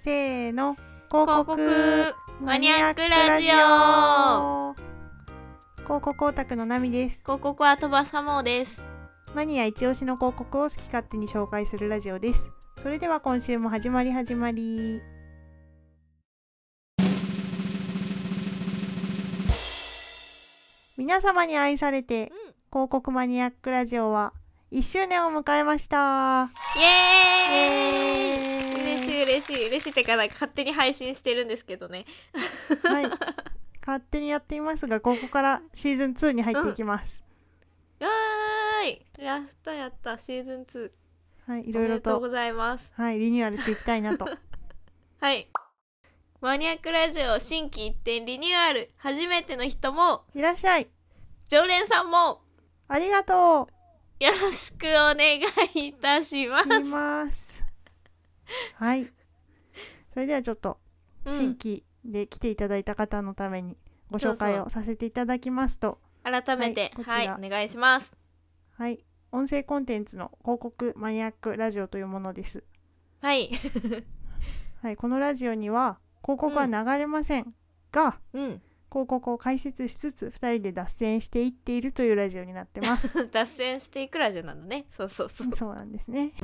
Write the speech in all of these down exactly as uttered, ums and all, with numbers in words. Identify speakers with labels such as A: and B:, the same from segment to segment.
A: せーの、広
B: 広告マニアックラジオ。
A: 広告オタクのナミです。
B: 広告は鳥羽サモーです。
A: マニア一押しの広告を好き勝手に紹介するラジオです。それでは今週も始まり始まり。皆様に愛されて、うん、広告マニアックラジオはいっしゅうねんを迎えました。
B: イエーイ、イエーイ、嬉しい嬉しい嬉しいってか、なんか勝手に配信してるんですけどね。
A: はい、勝手にやっていますが、ここからシーズンツーに入っていきます。
B: うん、わーい、やったやったシーズンツ
A: ー、はい、いろいろと
B: おめでとうございます。
A: はい、リニューアルしていきたいなと。
B: はい、マニアックラジオ新規一点リニューアル、初めての人も
A: いらっしゃい、
B: 常連さんも
A: ありがとう、
B: よろしくお願いいたします。
A: しますはい、それではちょっと新規で来ていただいた方のためにご紹介をさせていただきますと、
B: そうそう改めて、はい、はい、お願いします。
A: はい、音声コンテンツの広告マニアックラジオというものです。
B: はい
A: はい、このラジオには広告は流れません、うん、が、
B: うん、
A: 広告を解説しつつふたりで脱線していっているというラジオになってます
B: 脱線していくラジオなのね。そうそうそう
A: そうなんですね。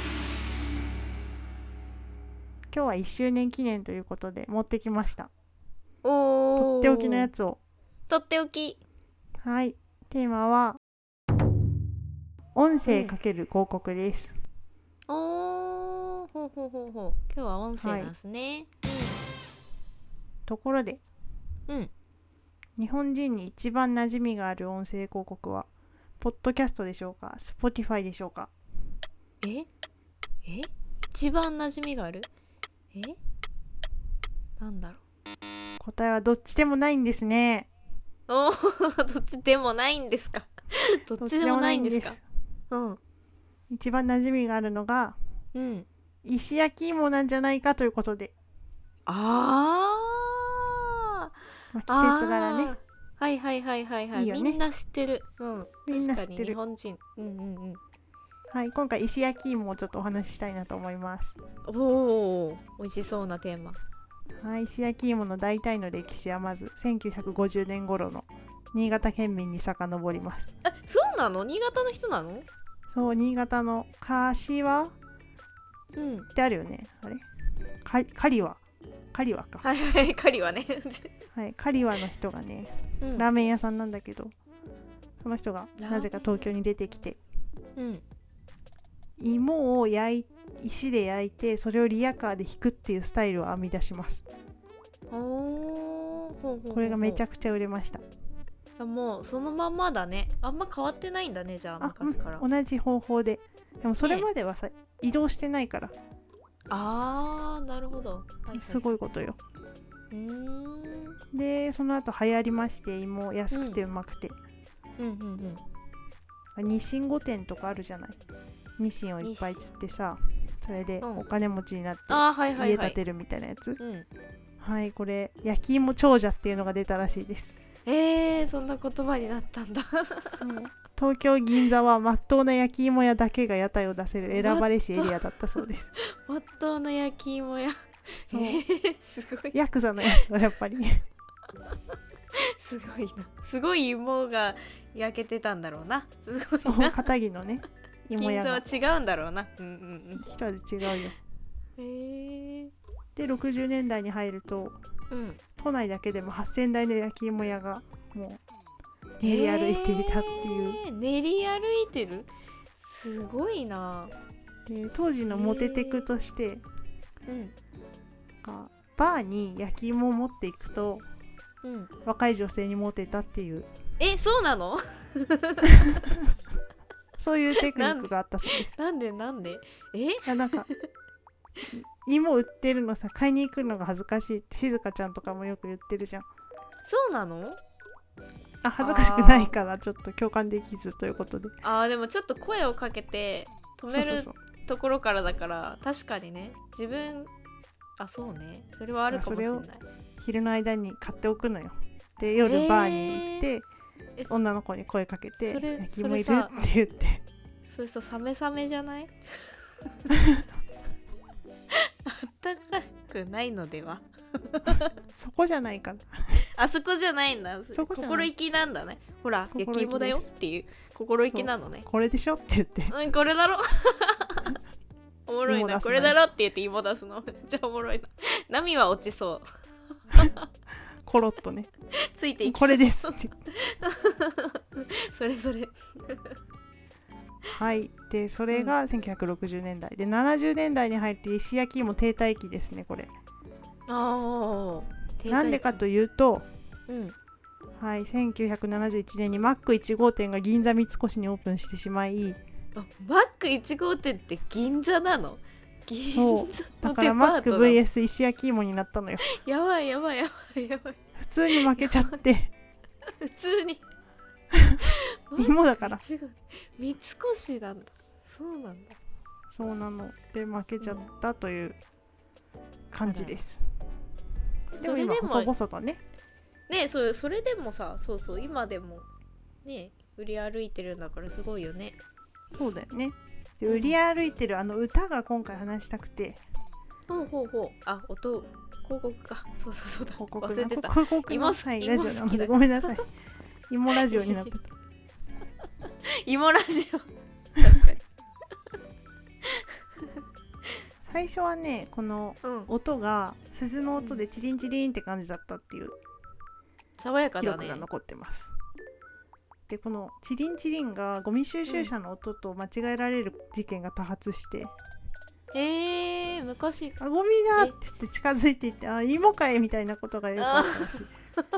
A: 今日はいっしゅうねん記念ということで持ってきました。
B: おー、
A: とっておきのやつを。
B: とっておき。
A: はい、テーマは音声かける広告です、
B: うん、おー、ほうほうほうほう、今日は音声なんですね、はい、うん、
A: ところで、
B: うん、
A: 日本人に一番馴染みがある音声広告はポッドキャストでしょうか、Spotify でしょうか。
B: ええ一番馴染みがある、えなんだろう。
A: 答えはどっちでもないんですね。
B: おー、どっちでもないんですか。どっちでもないんですか。うん、
A: 一番馴染みがあるのが、
B: うん、
A: 石焼き芋なんじゃないかということで。
B: あ
A: ー、まあ、季節柄ね。
B: はいはいはいはいはい、いいよね、みんな知ってる、うん、
A: みんな知ってる、
B: 確かに日本人、うんうんうん、
A: はい、今回石焼き芋をちょっとお話ししたいなと思います。
B: おー、美味しそうなテーマ。
A: はい、石焼き芋の大体の歴史はまずせんきゅうひゃくごじゅうねん頃の新潟県民に遡ります。
B: え、そうなの？新潟の人なの？
A: そう、新潟の柏、うん、ってあるよね。あれか刈羽刈羽か。
B: はいはい、刈羽ね。
A: はい、刈羽の人がね、うん、ラーメン屋さんなんだけど、その人がなぜか東京に出てきて、うん、芋を焼い石で焼いてそれをリヤカーで引くっていうスタイルを編み出します。
B: おー、ほうほうほうほう、
A: これがめちゃくちゃ売れました。
B: もうそのまんまだね。あんま変わってないんだね、じゃあ昔から、
A: うん、同じ方法で。でもそれまではさ、ね、移動してないから。
B: あー、なるほど、はいはい、
A: すごいことよ。
B: うーん、
A: でその後流行りまして、芋安くてうまくて、
B: うんうんうん
A: うん、日清御殿とかあるじゃない。日清をいっぱい釣ってさ、それでお金持ちになって家建てるみたいなやつ、うん、はい、これ焼き芋長者っていうのが出たらしいです。
B: えー、そんな言葉になったんだ。
A: そう東京銀座はまっとうな焼き芋屋だけが屋台を出せる選ばれしエリアだったそうです。
B: まっとうな焼き芋屋、
A: そう、
B: えー、すごい、
A: ヤクザのやつはやっぱり
B: すごいな、すごい芋が焼けてたんだろうな。すごいな、
A: そう、片木のね芋屋が
B: 銀座は違うんだろうな、うんうんうん、
A: 一味違うよ。
B: へー、
A: でろくじゅうねんだいに入ると、うん、都内だけでもはっせんだいの焼き芋屋がもう練り歩いていたっていう、
B: えー、練り歩いてる、すごいな。
A: で当時のモテテクとして、うん、バーに焼き芋を持っていくと、うん、若い女性にモテたっていう。
B: え、そうなの？
A: そういうテクニックがあったそうです。
B: なんでなんでえ
A: いや、なんか芋売ってるのさ、買いに行くのが恥ずかしいって静香ちゃんとかもよく言ってるじゃん。
B: そうなの？
A: あ、恥ずかしくないからちょっと共感できずということで。
B: あー、でもちょっと声をかけて止めるところからだから、確かにね、自分、あ、そうね、それはあるかもしれない。
A: それを昼の間に買っておくのよ。で夜バーに行って、えー、女の子に声かけて焼き芋いるって言って。
B: それさ、サメサメじゃない？あったかくないのでは
A: そこじゃないから。
B: あそこじゃないんだ。
A: そこじゃない。
B: 心意気なんだね。ほら焼き芋だよっていう心意気なのね。
A: これでしょって言って、
B: うん、これだろおもろいな。これだろって言って芋出すのめっちゃおもろいな。ナミは落ちそう
A: コロッとね
B: ついていきそう。
A: これですって
B: それそれ
A: はい。でそれがせんきゅうひゃくろくじゅうねんだいで、ななじゅうねんだいに入って石焼き芋停滞期ですねこれ。
B: ああ、
A: なんでかというと、
B: うん、
A: はい、せんきゅうひゃくななじゅういちねんにマックいち号店が銀座三越にオープンしてしまい。
B: あ、マックいち号店って銀座なの？銀座のデパート
A: だからマック ブイエス 石焼き芋になったのよ。
B: やばいやばいやばいやばい。
A: 普通に負けちゃって
B: 普通に
A: 芋だから
B: 三越なんだ。そうなんだ。
A: そうなので負けちゃったという感じです、うん、でも今細々とね
B: ね、それそれでもさ、そうそう今でもね売り歩いてるんだからすごいよね。
A: そうだよね。で売り歩いてるあの歌が今回話したくて、
B: ほうほうほう、あ、音広告か。そうそうそうだ、
A: 広告
B: 忘れてた。
A: 広告の、はい、ラジオなのでごめんなさい芋ラジオになってた
B: 芋ラジオ確かに
A: 最初はねこの音が鈴の音でチリンチリンって感じだったっていう
B: 爽やかだね。
A: 記録が残ってます。でこのチリンチリンがゴミ収集車の音と間違えられる事件が多発して、
B: うん、えー、昔
A: あゴミだって言って近づいていって、あ芋かいみたいなことがよくあったらしい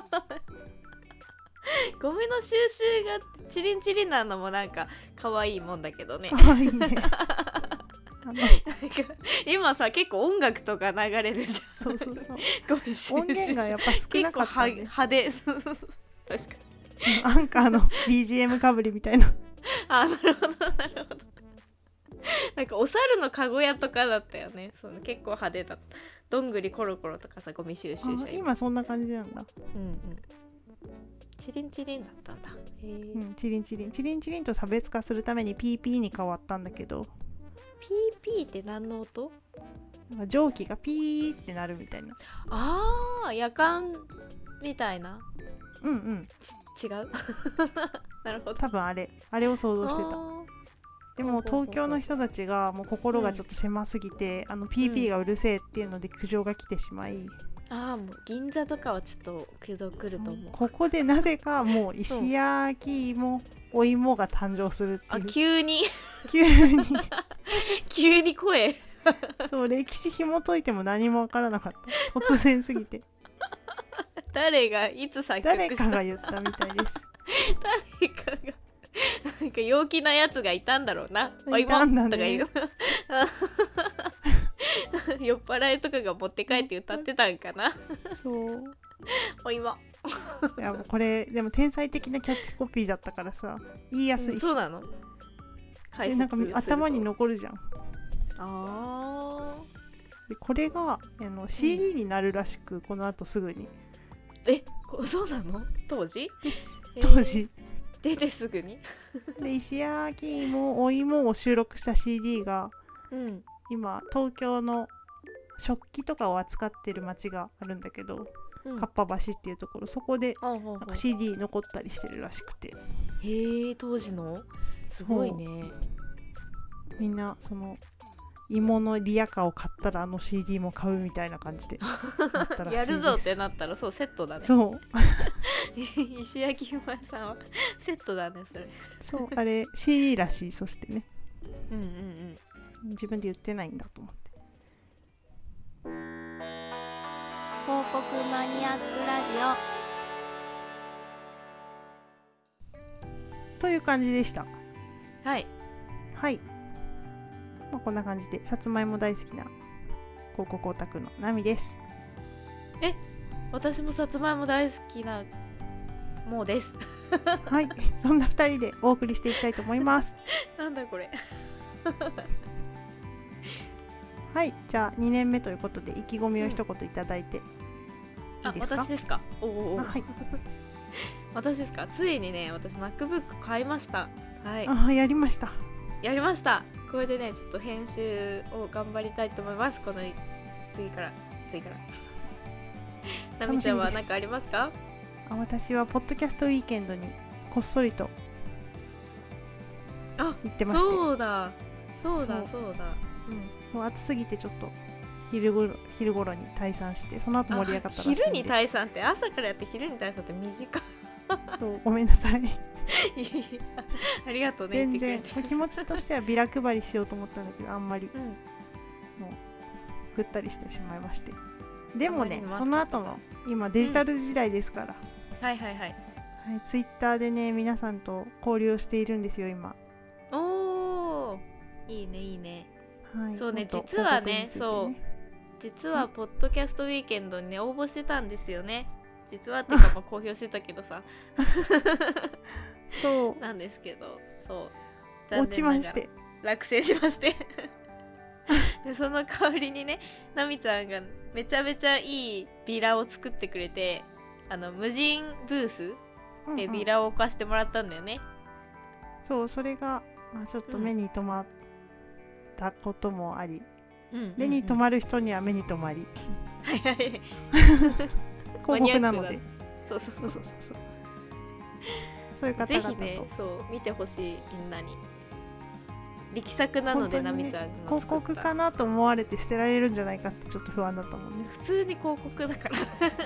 B: ゴミの収集がチリンチリンなのもなんか可愛いもんだけどね。
A: 可愛いねあの
B: 今さ結構音楽とか流れるじゃん。
A: そうそうそう
B: ゴミ収集
A: 音源がやっぱ少なかったんで
B: 結構派手確かに
A: アンカーの ビージーエム かぶりみたいな
B: あ、なるほどなるほど。なんかお猿のかご屋とかだったよね。その結構派手だった。どんぐりコロコロとかさ、ゴミ収集車。
A: 今そんな感じなんだ。
B: うんうん。チリンチリンだったんだ。へー、
A: うん、チリンチリンチリンチリンと差別化するために ピーピー に変わったんだけど、
B: ピーピー って何の音？
A: なんか蒸気がピーってなるみたいな。
B: あー、夜間みたいな。
A: うんうん、
B: 違うなるほど。
A: 多分あれあれを想像してた。でも東京の人たちがもう心がちょっと狭すぎて、うん、あの ピーピー がうるせえっていうので苦情が来てしまい、うん、
B: ああもう銀座とかはちょっと苦情来ると思う。
A: ここでなぜかもう石焼き芋、うん、お芋が誕生するっていう。
B: あ、急に
A: 急に
B: 急に声
A: そう歴史紐解いても何も分からなかった。突然すぎて
B: 誰がいつ作曲した？
A: 誰かが言ったみたいです。
B: 誰かがなんか陽気なやつがいたんだろうな。
A: いたんだね、
B: とか言う酔っ払いとかが持って帰って歌ってたんかな。
A: そう
B: お芋
A: いやもうこれでも天才的なキャッチコピーだったからさ言いやすいし、うん、
B: そうなの。
A: でなんか頭に残るじゃん。
B: あ
A: でこれがあの シーディー になるらしく、うん、このあとすぐに。
B: え、そうなの？当時？
A: 当時、
B: えー、出てすぐに
A: で石焼き芋お芋を収録した シーディー が、うん、今東京の食器とかを扱ってる町があるんだけど、うん、かっぱ橋っていうところ、そこでなんか シーディー 残ったりしてるらしくて。
B: へえ、当時のすごいね。
A: みんなその芋のリヤカーを買ったらあの シーディー も買うみたいな感じでなったらしいです。
B: やるぞってなったらそうセットだね。
A: そう
B: 石焼き芋屋さんはセットだねそれ。
A: そうあれ シーディー らしい。そしてね、
B: うんうんうん
A: 自分で言ってないんだと思って。
B: 広告マニアックラジ
A: オという感じでした。
B: はい
A: はい、まあ、こんな感じでさつまいも大好きな広告オタクのナミです。
B: え、私もさつまいも大好きなもうです
A: はいそんなふたりでお送りしていきたいと思います
B: なんだこれ
A: はい、じゃあにねんめということで意気込みを一言いただいて、うん、いいですか？
B: あ、私ですか？おおお、
A: はい
B: 私ですか？ついにね、私 MacBook 買いました。はい、
A: あ、やりました
B: やりました。これでねちょっと編集を頑張りたいと思います。この次から次からなみちゃんは何かありますか？
A: あ、私はポッドキャストウィーケンドにこっそりと行ってまして。
B: そうだそうだそうだ、
A: うん、そう暑すぎてちょっと昼ごろ昼ごろに退散して、その後盛り上がったらしいんで。
B: 昼に退散って朝からやって昼に退散って短い
A: そうごめんなさい
B: ありがとうね。
A: 全然気持ちとしてはビラ配りしようと思ったんだけど、あんまり、うん、もうぐったりしてしまいまして。でもね、その後の今デジタル時代ですから、
B: うん、はいはいはい、はい、
A: ツイッターでね皆さんと交流をしているんですよ今。
B: おーいいねいいね、はい、そうね、実はね、そう実はポッドキャストウィーケンドにね応募してたんですよね。実はっていうかまあ公表してたけどさそうなんですけど、そう
A: 落ちまして
B: 落選しましてでその代わりにね、なみちゃんがめちゃめちゃいいビラを作ってくれて、あの無人ブースでビラを置かしてもらったんだよね、うんうん、
A: そうそれが、まあ、ちょっと目に留まったこともあり、うんうんうん、目に留まる人には目に留まりはいはい広告なので、
B: そうそうそうそう
A: そうそういう方々とぜひね、
B: そう見てほしい、みんなに力作なので、なみちゃんの
A: 広告かなと思われて捨てられるんじゃないかってちょっと不安だったもんね。
B: 普通に広告だからい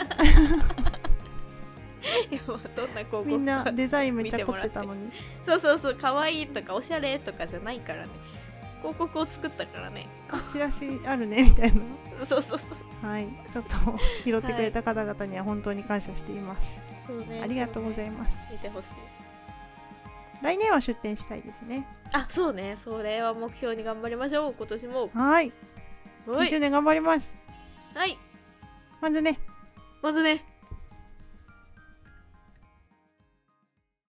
B: やどんな広告か
A: みんなデザインめっちゃ凝ってたのに
B: そうそうそう、可愛いとかおしゃれとかじゃないからね、広告を作ったからね。
A: チラシあるねみたいな
B: そうそうそう、
A: はい、ちょっと拾ってくれた方々には本当に感謝しています、はい、そうね、ありがとうございます、
B: 見てほしい。
A: 来年は出店したいですね。
B: あ、そうね、それは目標に頑張りましょう、今年も。
A: はい、にしゅうねん頑張ります。
B: はい、
A: まずね
B: まずね